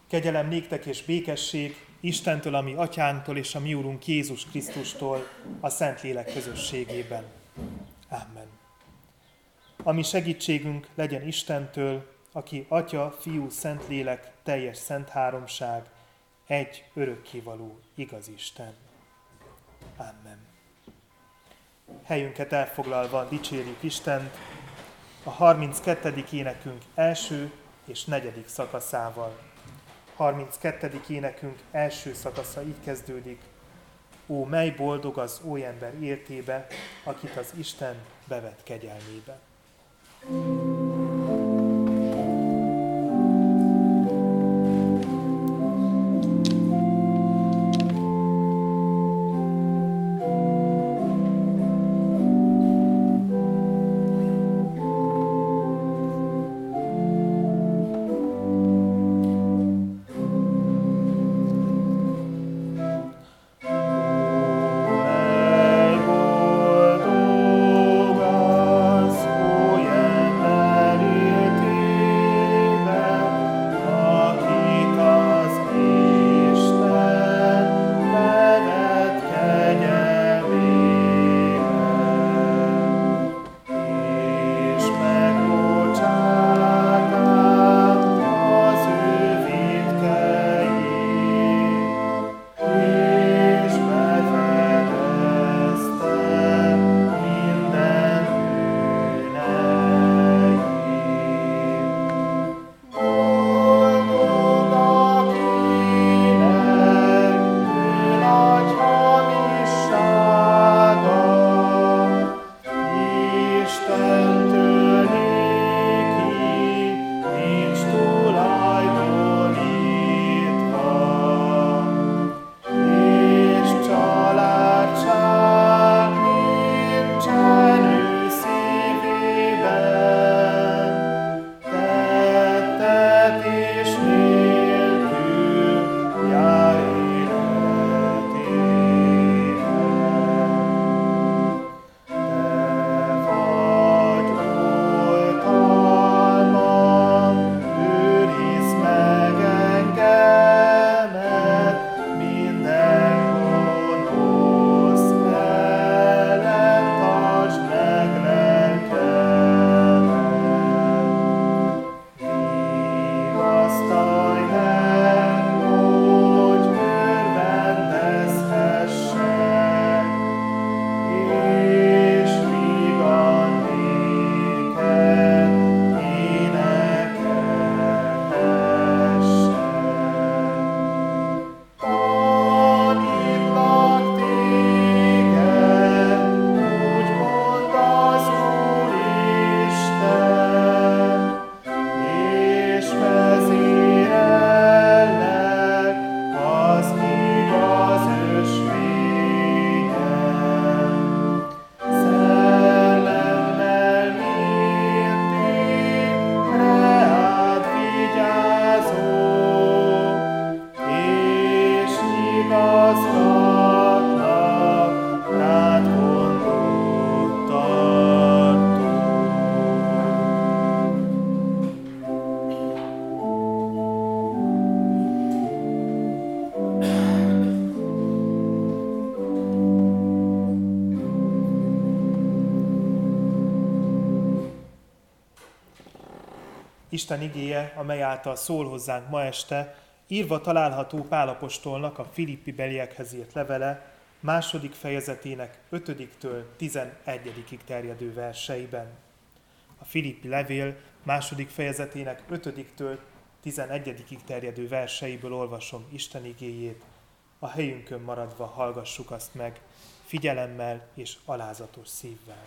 Kegyelem néktek és békesség Istentől, a mi atyánktól és a mi úrunk Jézus Krisztustól a Szentlélek közösségében. Amen. A mi segítségünk legyen Istentől, aki Atya, Fiú, Szentlélek, teljes szent háromság, egy örökkévaló igaz Isten. Amen. Helyünket elfoglalva dicsérjük Istent a 32. énekünk első és negyedik szakaszával. 32. énekünk első szakasza így kezdődik. Ó, mely boldog az óember értébe, akit az Isten bevet kegyelmébe. Isten igéje, amely által szól hozzánk ma este, írva található Pál apostolnak a Filippi beliekhez írt levele, 2. fejezetének 5-től 11-ig terjedő verseiben. A Filippi levél 2. fejezetének 5-től 11-ig terjedő verseiből olvasom Isten igéjét, a helyünkön maradva hallgassuk azt meg, figyelemmel és alázatos szívvel.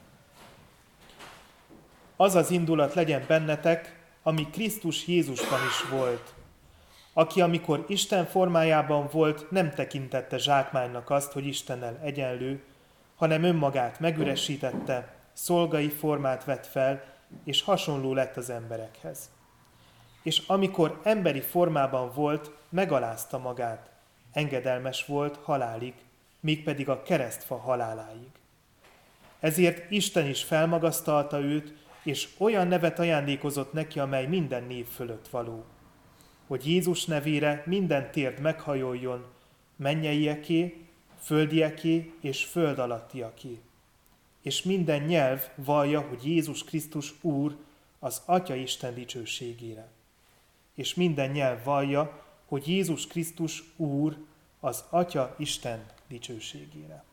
Az az indulat legyen bennetek, ami Krisztus Jézusban is volt, aki amikor Isten formájában volt, nem tekintette zsákmánynak azt, hogy Istennel egyenlő, hanem önmagát megüresítette, szolgai formát vett fel, és hasonló lett az emberekhez. És amikor emberi formában volt, megalázta magát, engedelmes volt halálig, mégpedig a keresztfa haláláig. Ezért Isten is felmagasztalta őt, és olyan nevet ajándékozott neki, amely minden név fölött való, hogy Jézus nevére minden térd meghajoljon, mennyeieké, földieké és föld alattiaké. És minden nyelv vallja, hogy Jézus Krisztus Úr az Atya Isten dicsőségére. És minden nyelv vallja, hogy Jézus Krisztus Úr az Atya Isten dicsőségére.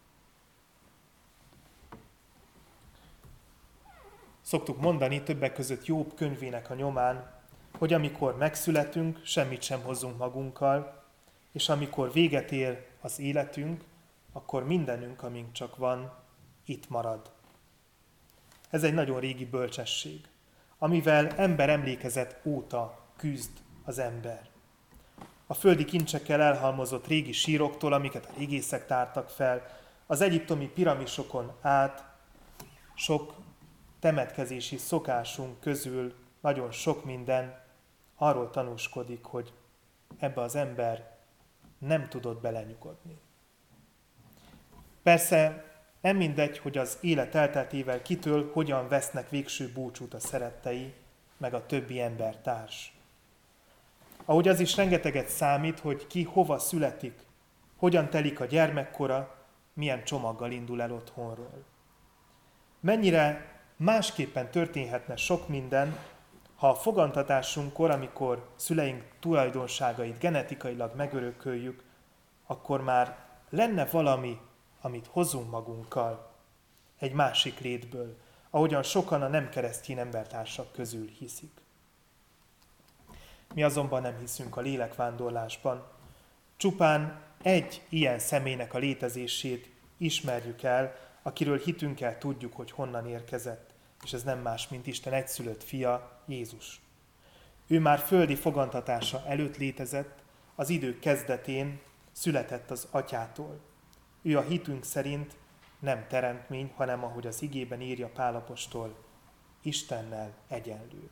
Szoktuk mondani többek között Jobb könyvének a nyomán, hogy amikor megszületünk, semmit sem hozunk magunkkal, és amikor véget ér az életünk, akkor mindenünk, amink csak van, itt marad. Ez egy nagyon régi bölcsesség, amivel ember emlékezet óta küzd az ember. A földi kincsekkel elhalmozott régi síroktól, amiket a régészek tártak fel, az egyiptomi piramisokon át, sok temetkezési szokásunk közül nagyon sok minden arról tanúskodik, hogy ebbe az ember nem tudott belenyugodni. Persze nem mindegy, hogy az élet elteltével kitől hogyan vesznek végső búcsút a szerettei, meg a többi embertárs. Ahogy az is rengeteget számít, hogy ki hova születik, hogyan telik a gyermekkora, milyen csomaggal indul el otthonról. Mennyire másképpen történhetne sok minden, ha a fogantatásunkkor, amikor szüleink tulajdonságait genetikailag megörököljük, akkor már lenne valami, amit hozunk magunkkal egy másik létből, ahogyan sokan a nem keresztény embertársak közül hiszik. Mi azonban nem hiszünk a lélekvándorlásban. Csupán egy ilyen személynek a létezését ismerjük el, akiről hitünkkel tudjuk, hogy honnan érkezett, és ez nem más, mint Isten egyszülött fia, Jézus. Ő már földi fogantatása előtt létezett, az idők kezdetén született az atyától. Ő a hitünk szerint nem teremtmény, hanem ahogy az igében írja Pál apostol, Istennel egyenlő.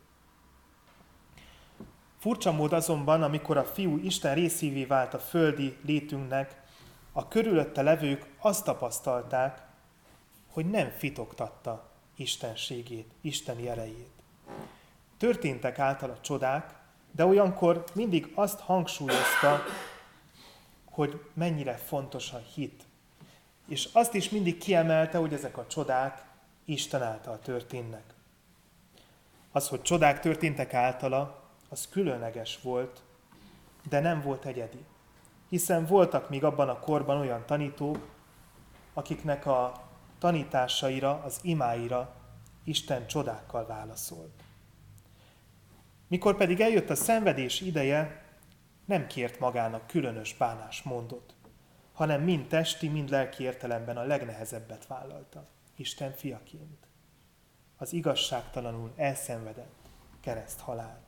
Furcsa mód azonban, amikor a fiú Isten részévé vált a földi létünknek, a körülötte levők azt tapasztalták, hogy nem fitoktatta istenségét, isteni erejét. Történtek általa csodák, de olyankor mindig azt hangsúlyozta, hogy mennyire fontos a hit. És azt is mindig kiemelte, hogy ezek a csodák Isten által történnek. Az, hogy csodák történtek általa, az különleges volt, de nem volt egyedi. Hiszen voltak még abban a korban olyan tanítók, akiknek a tanításaira, az imáira Isten csodákkal válaszolt. Mikor pedig eljött a szenvedés ideje, nem kért magának különös bánásmódot, hanem mind testi, mind lelki értelemben a legnehezebbet vállalta, Isten fiaként. Az igazságtalanul elszenvedett kereszthalált.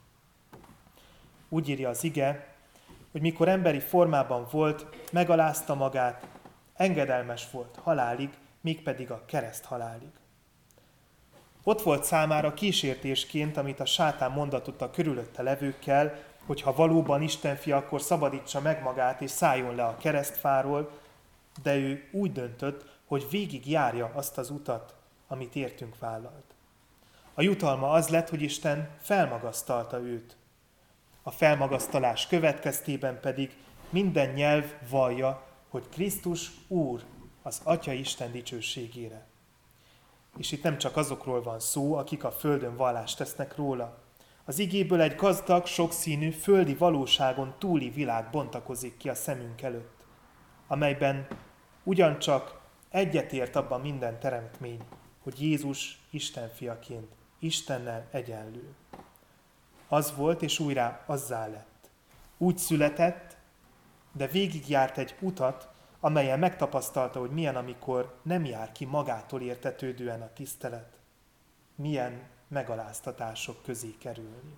Úgy írja az ige, hogy mikor emberi formában volt, megalázta magát, engedelmes volt halálig, mégpedig a kereszthalálig. Ott volt számára kísértésként, amit a sátán mondatott a körülötte levőkkel, hogy ha valóban Isten fia, akkor szabadítsa meg magát és szálljon le a keresztfáról, de ő úgy döntött, hogy végig járja azt az utat, amit értünk vállalt. A jutalma az lett, hogy Isten felmagasztalta őt. A felmagasztalás következtében pedig minden nyelv vallja, hogy Krisztus Úr az Atya Isten dicsőségére. És itt nem csak azokról van szó, akik a földön vallást tesznek róla. Az igéből egy gazdag, sokszínű, földi valóságon túli világ bontakozik ki a szemünk előtt, amelyben ugyancsak egyetért abban minden teremtmény, hogy Jézus Isten fiaként, Istennel egyenlő. Az volt, és újra azzá lett. Úgy született, de végigjárt egy utat, amelyen megtapasztalta, hogy milyen, amikor nem jár ki magától értetődően a tisztelet, milyen megaláztatások közé kerülni.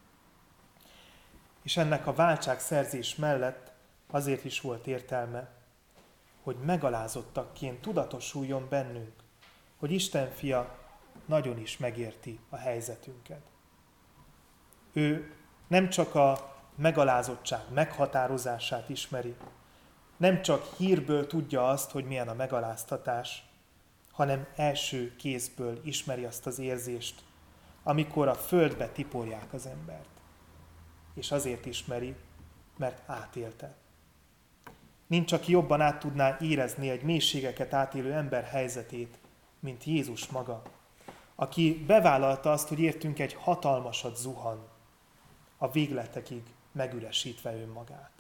És ennek a váltságszerzés mellett azért is volt értelme, hogy megalázottakként tudatosuljon bennünk, hogy Isten fia nagyon is megérti a helyzetünket. Ő nem csak a megalázottság meghatározását ismeri, nem csak hírből tudja azt, hogy milyen a megaláztatás, hanem első kézből ismeri azt az érzést, amikor a földbe tiporják az embert. és azért ismeri, mert átélte. Nincs, aki jobban át tudná érezni egy mélységeket átélő ember helyzetét, mint Jézus maga, aki bevállalta azt, hogy értünk egy hatalmasat zuhan, a végletekig megüresítve önmagát.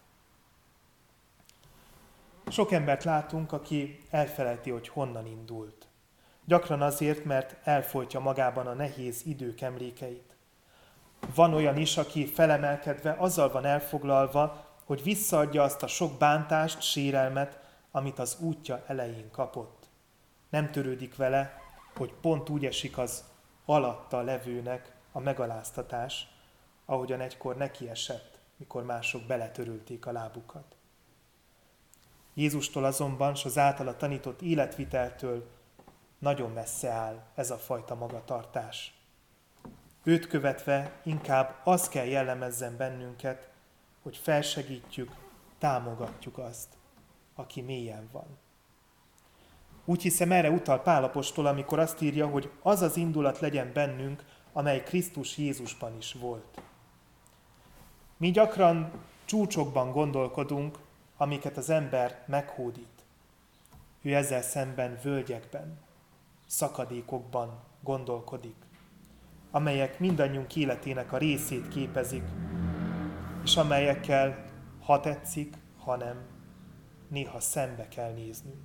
Sok embert látunk, aki elfelejti, hogy honnan indult. Gyakran azért, mert elfolytja magában a nehéz idők emlékeit. Van olyan is, aki felemelkedve azzal van elfoglalva, hogy visszaadja azt a sok bántást, sérelmet, amit az útja elején kapott. Nem törődik vele, hogy pont úgy esik az alatta levőnek a megaláztatás, ahogyan egykor neki esett, mikor mások beletörölték a lábukat. Jézustól azonban, s az általa tanított életviteltől nagyon messze áll ez a fajta magatartás. Őt követve inkább az kell jellemezzen bennünket, hogy felsegítjük, támogatjuk azt, aki mélyen van. Úgy hiszem, erre utal Pál apostol, amikor azt írja, hogy az az indulat legyen bennünk, amely Krisztus Jézusban is volt. Mi gyakran csúcsokban gondolkodunk, amiket az ember meghódít. Ő ezzel szemben völgyekben, szakadékokban gondolkodik, amelyek mindannyiunk életének a részét képezik, és amelyekkel, ha tetszik, ha nem, néha szembe kell néznünk.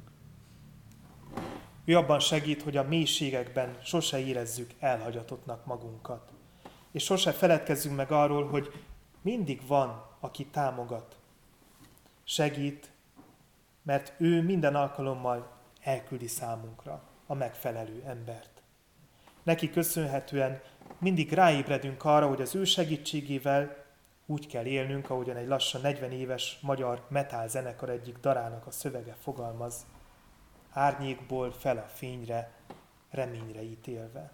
Ő abban segít, hogy a mélységekben sose érezzük elhagyatottnak magunkat, és sose feledkezzünk meg arról, hogy mindig van, aki támogat, segít, mert ő minden alkalommal elküldi számunkra a megfelelő embert. Neki köszönhetően mindig ráébredünk arra, hogy az ő segítségével úgy kell élnünk, ahogyan egy lassan 40 éves magyar metal zenekar egyik darának a szövege fogalmaz, árnyékból fel a fényre, reményre ítélve.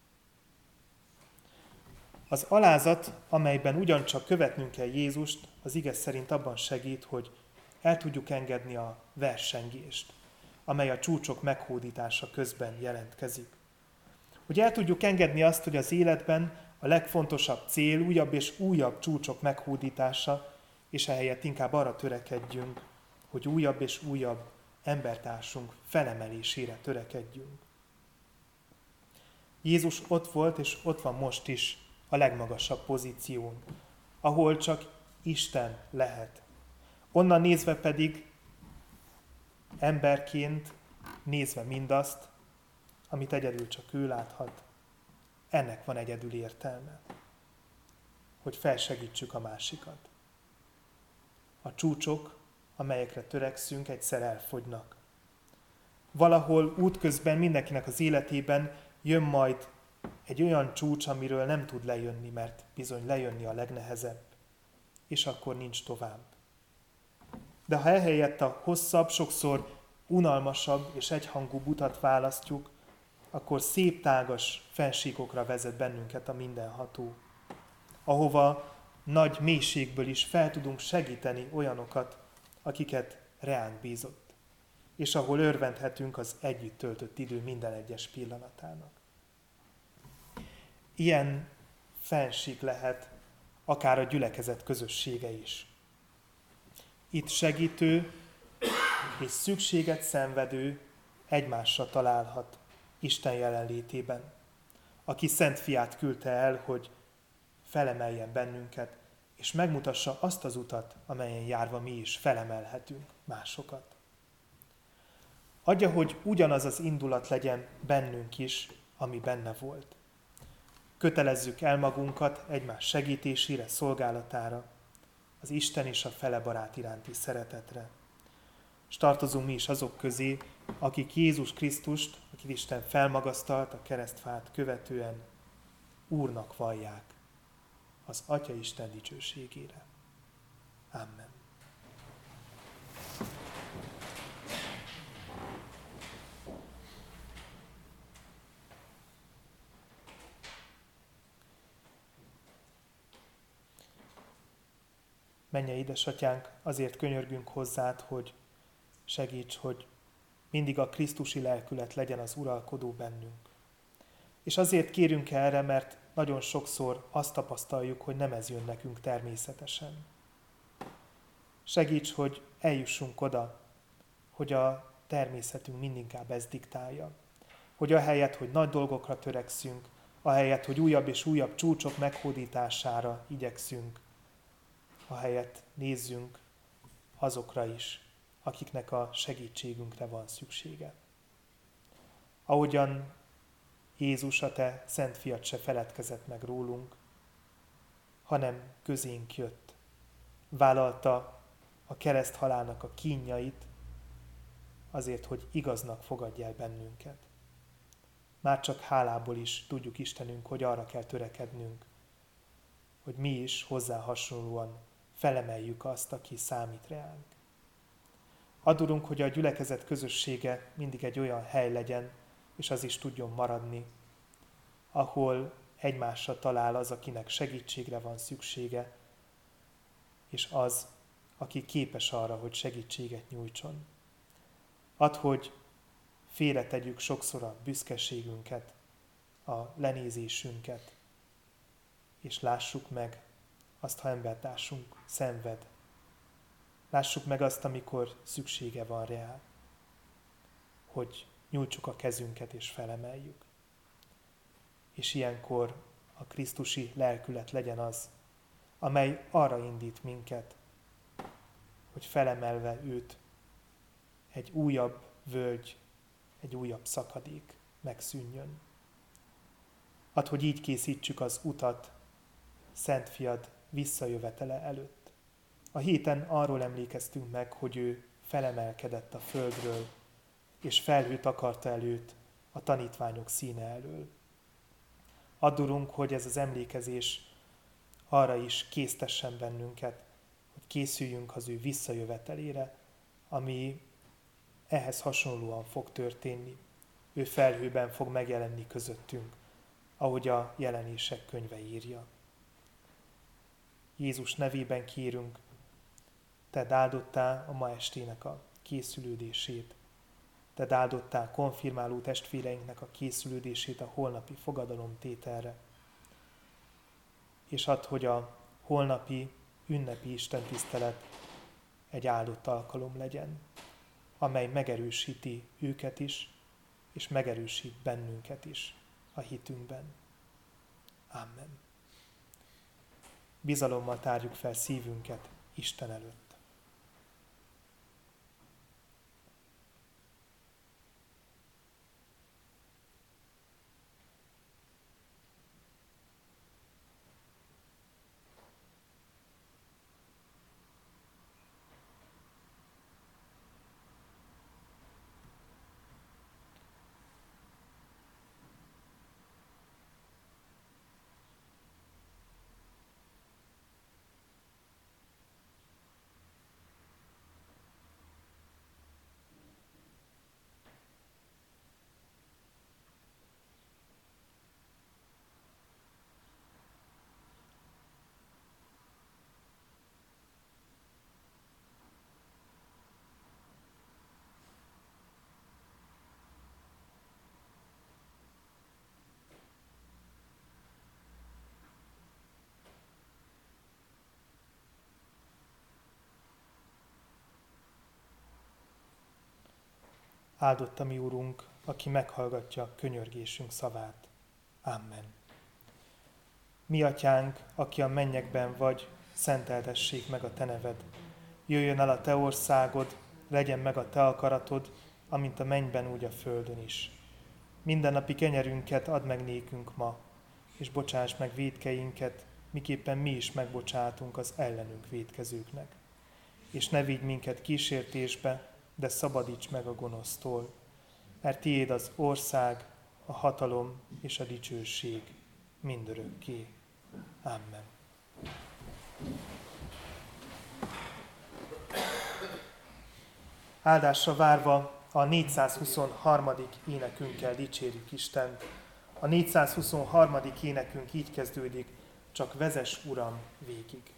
Az alázat, amelyben ugyancsak követnünk kell Jézust, az ige szerint abban segít, hogy el tudjuk engedni a versengést, amely a csúcsok meghódítása közben jelentkezik. Hogy el tudjuk engedni azt, hogy az életben a legfontosabb cél újabb és újabb csúcsok meghódítása, és ehelyett inkább arra törekedjünk, hogy újabb és újabb embertársunk felemelésére törekedjünk. Jézus ott volt, és ott van most is a legmagasabb pozíción, ahol csak Isten lehet. Onnan nézve pedig emberként nézve mindazt, amit egyedül csak ő láthat. Ennek van egyedül értelme, hogy felsegítsük a másikat. A csúcsok, amelyekre törekszünk, egyszer elfogynak. Valahol útközben mindenkinek az életében jön majd egy olyan csúcs, amiről nem tud lejönni, mert bizony lejönni a legnehezebb, és akkor nincs tovább. De ha ehelyett a hosszabb, sokszor unalmasabb és egyhangú utat választjuk, akkor szép tágas fennsíkokra vezet bennünket a mindenható, ahova nagy mélységből is fel tudunk segíteni olyanokat, akiket reánk bízott, és ahol örvendhetünk az együtt töltött idő minden egyes pillanatának. Ilyen fennsík lehet akár a gyülekezet közössége is. Itt segítő és szükséget szenvedő egymásra találhat Isten jelenlétében, aki Szent Fiát küldte el, hogy felemeljen bennünket, és megmutassa azt az utat, amelyen járva mi is felemelhetünk másokat. Adja, hogy ugyanaz az indulat legyen bennünk is, ami benne volt. Kötelezzük el magunkat egymás segítésére, szolgálatára, az Isten és a fele barát iránti szeretetre. És tartozunk mi is azok közé, akik Jézus Krisztust, akit Isten felmagasztalt a keresztfát követően, Úrnak vallják az Atya Isten dicsőségére. Amen. Mennyei édesatyánk, azért könyörgünk hozzád, hogy segíts, hogy mindig a krisztusi lelkület legyen az uralkodó bennünk. És azért kérünk erre, mert nagyon sokszor azt tapasztaljuk, hogy nem ez jön nekünk természetesen. Segíts, hogy eljussunk oda, hogy a természetünk mindinkább ezt diktálja. Hogy ahelyett, hogy nagy dolgokra törekszünk, ahelyett, hogy újabb és újabb csúcsok meghódítására igyekszünk, ahelyett nézzünk azokra is, akiknek a segítségünkre van szüksége. Ahogyan Jézus, a te szent fiad se feledkezett meg rólunk, hanem közénk jött, vállalta a kereszthalálnak a kínjait, azért, hogy igaznak fogadj el bennünket. Már csak hálából is tudjuk Istenünk, hogy arra kell törekednünk, hogy mi is hozzá hasonlóan felemeljük azt, aki számít reánk. Add, Urunk, hogy a gyülekezet közössége mindig egy olyan hely legyen, és az is tudjon maradni, ahol egymásra talál az, akinek segítségre van szüksége, és az, aki képes arra, hogy segítséget nyújtson. Add, hogy félretegyük sokszor a büszkeségünket, a lenézésünket, és lássuk meg azt, ha embertársunk szenved. Lássuk meg azt, amikor szüksége van rá, hogy nyújtsuk a kezünket és felemeljük. És ilyenkor a krisztusi lelkület legyen az, amely arra indít minket, hogy felemelve őt egy újabb völgy, egy újabb szakadék megszűnjön. Add, hogy így készítsük az utat Szent Fiad visszajövetele előtt. A héten arról emlékeztünk meg, hogy ő felemelkedett a földről, és felhőt akarta előtt a tanítványok színe elől. Add, Urunk, hogy ez az emlékezés arra is késztessen bennünket, hogy készüljünk az ő visszajövetelére, ami ehhez hasonlóan fog történni. Ő felhőben fog megjelenni közöttünk, ahogy a Jelenések könyve írja. Jézus nevében kérünk, Te áldottál a ma estének a készülődését, Te áldottál konfirmáló testvéreinknek a készülődését a holnapi fogadalomtételre, és add, hogy a holnapi ünnepi istentisztelet egy áldott alkalom legyen, amely megerősíti őket is, és megerősít bennünket is a hitünkben. Amen. Bizalommal tárjuk fel szívünket Isten előtt. Áldott a mi Úrunk, aki meghallgatja könyörgésünk szavát. Amen. Mi Atyánk, aki a mennyekben vagy, szenteltessék meg a Te neved. Jöjjön el a Te országod, legyen meg a Te akaratod, amint a mennyben, úgy a földön is. Mindennapi kenyerünket add meg nékünk ma, és bocsáss meg vétkeinket, miképpen mi is megbocsátunk az ellenünk vétkezőknek. És ne vigy minket kísértésbe, de szabadíts meg a gonosztól, mert tiéd az ország, a hatalom és a dicsőség mindörökké. Amen. Áldásra várva a 423. énekünkkel dicsérjük Istent. A 423. énekünk így kezdődik, csak vezess, Uram, végig.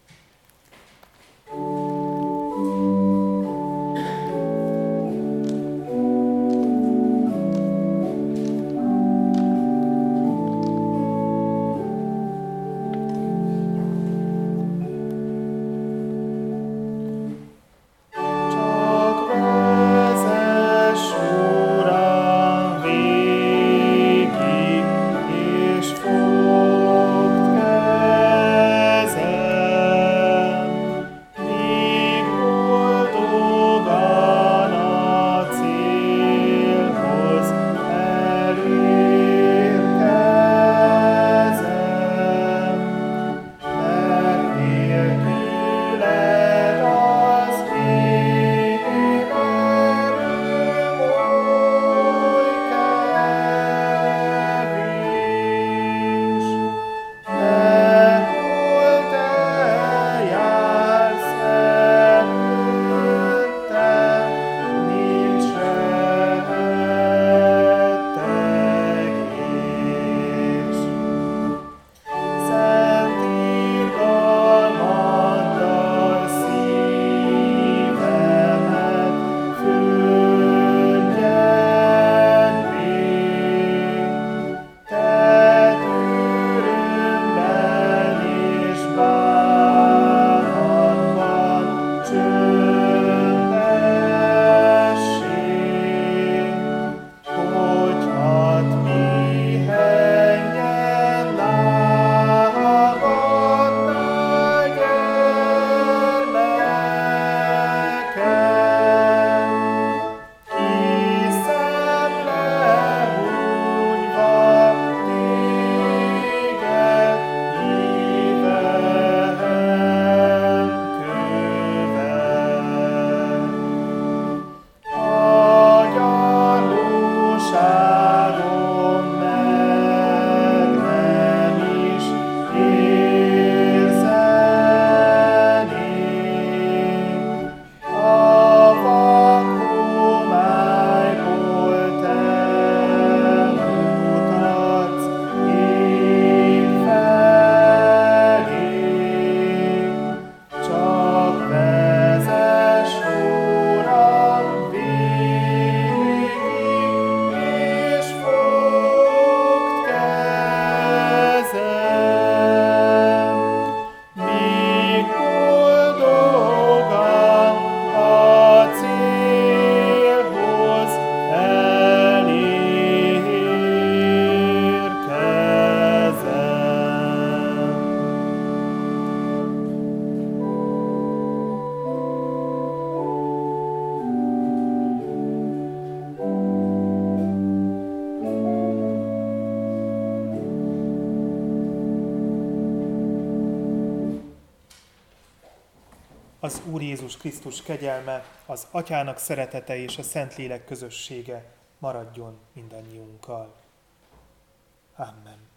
Az Úr Jézus Krisztus kegyelme, az Atyának szeretete és a Szentlélek közössége maradjon mindannyiunkkal. Amen.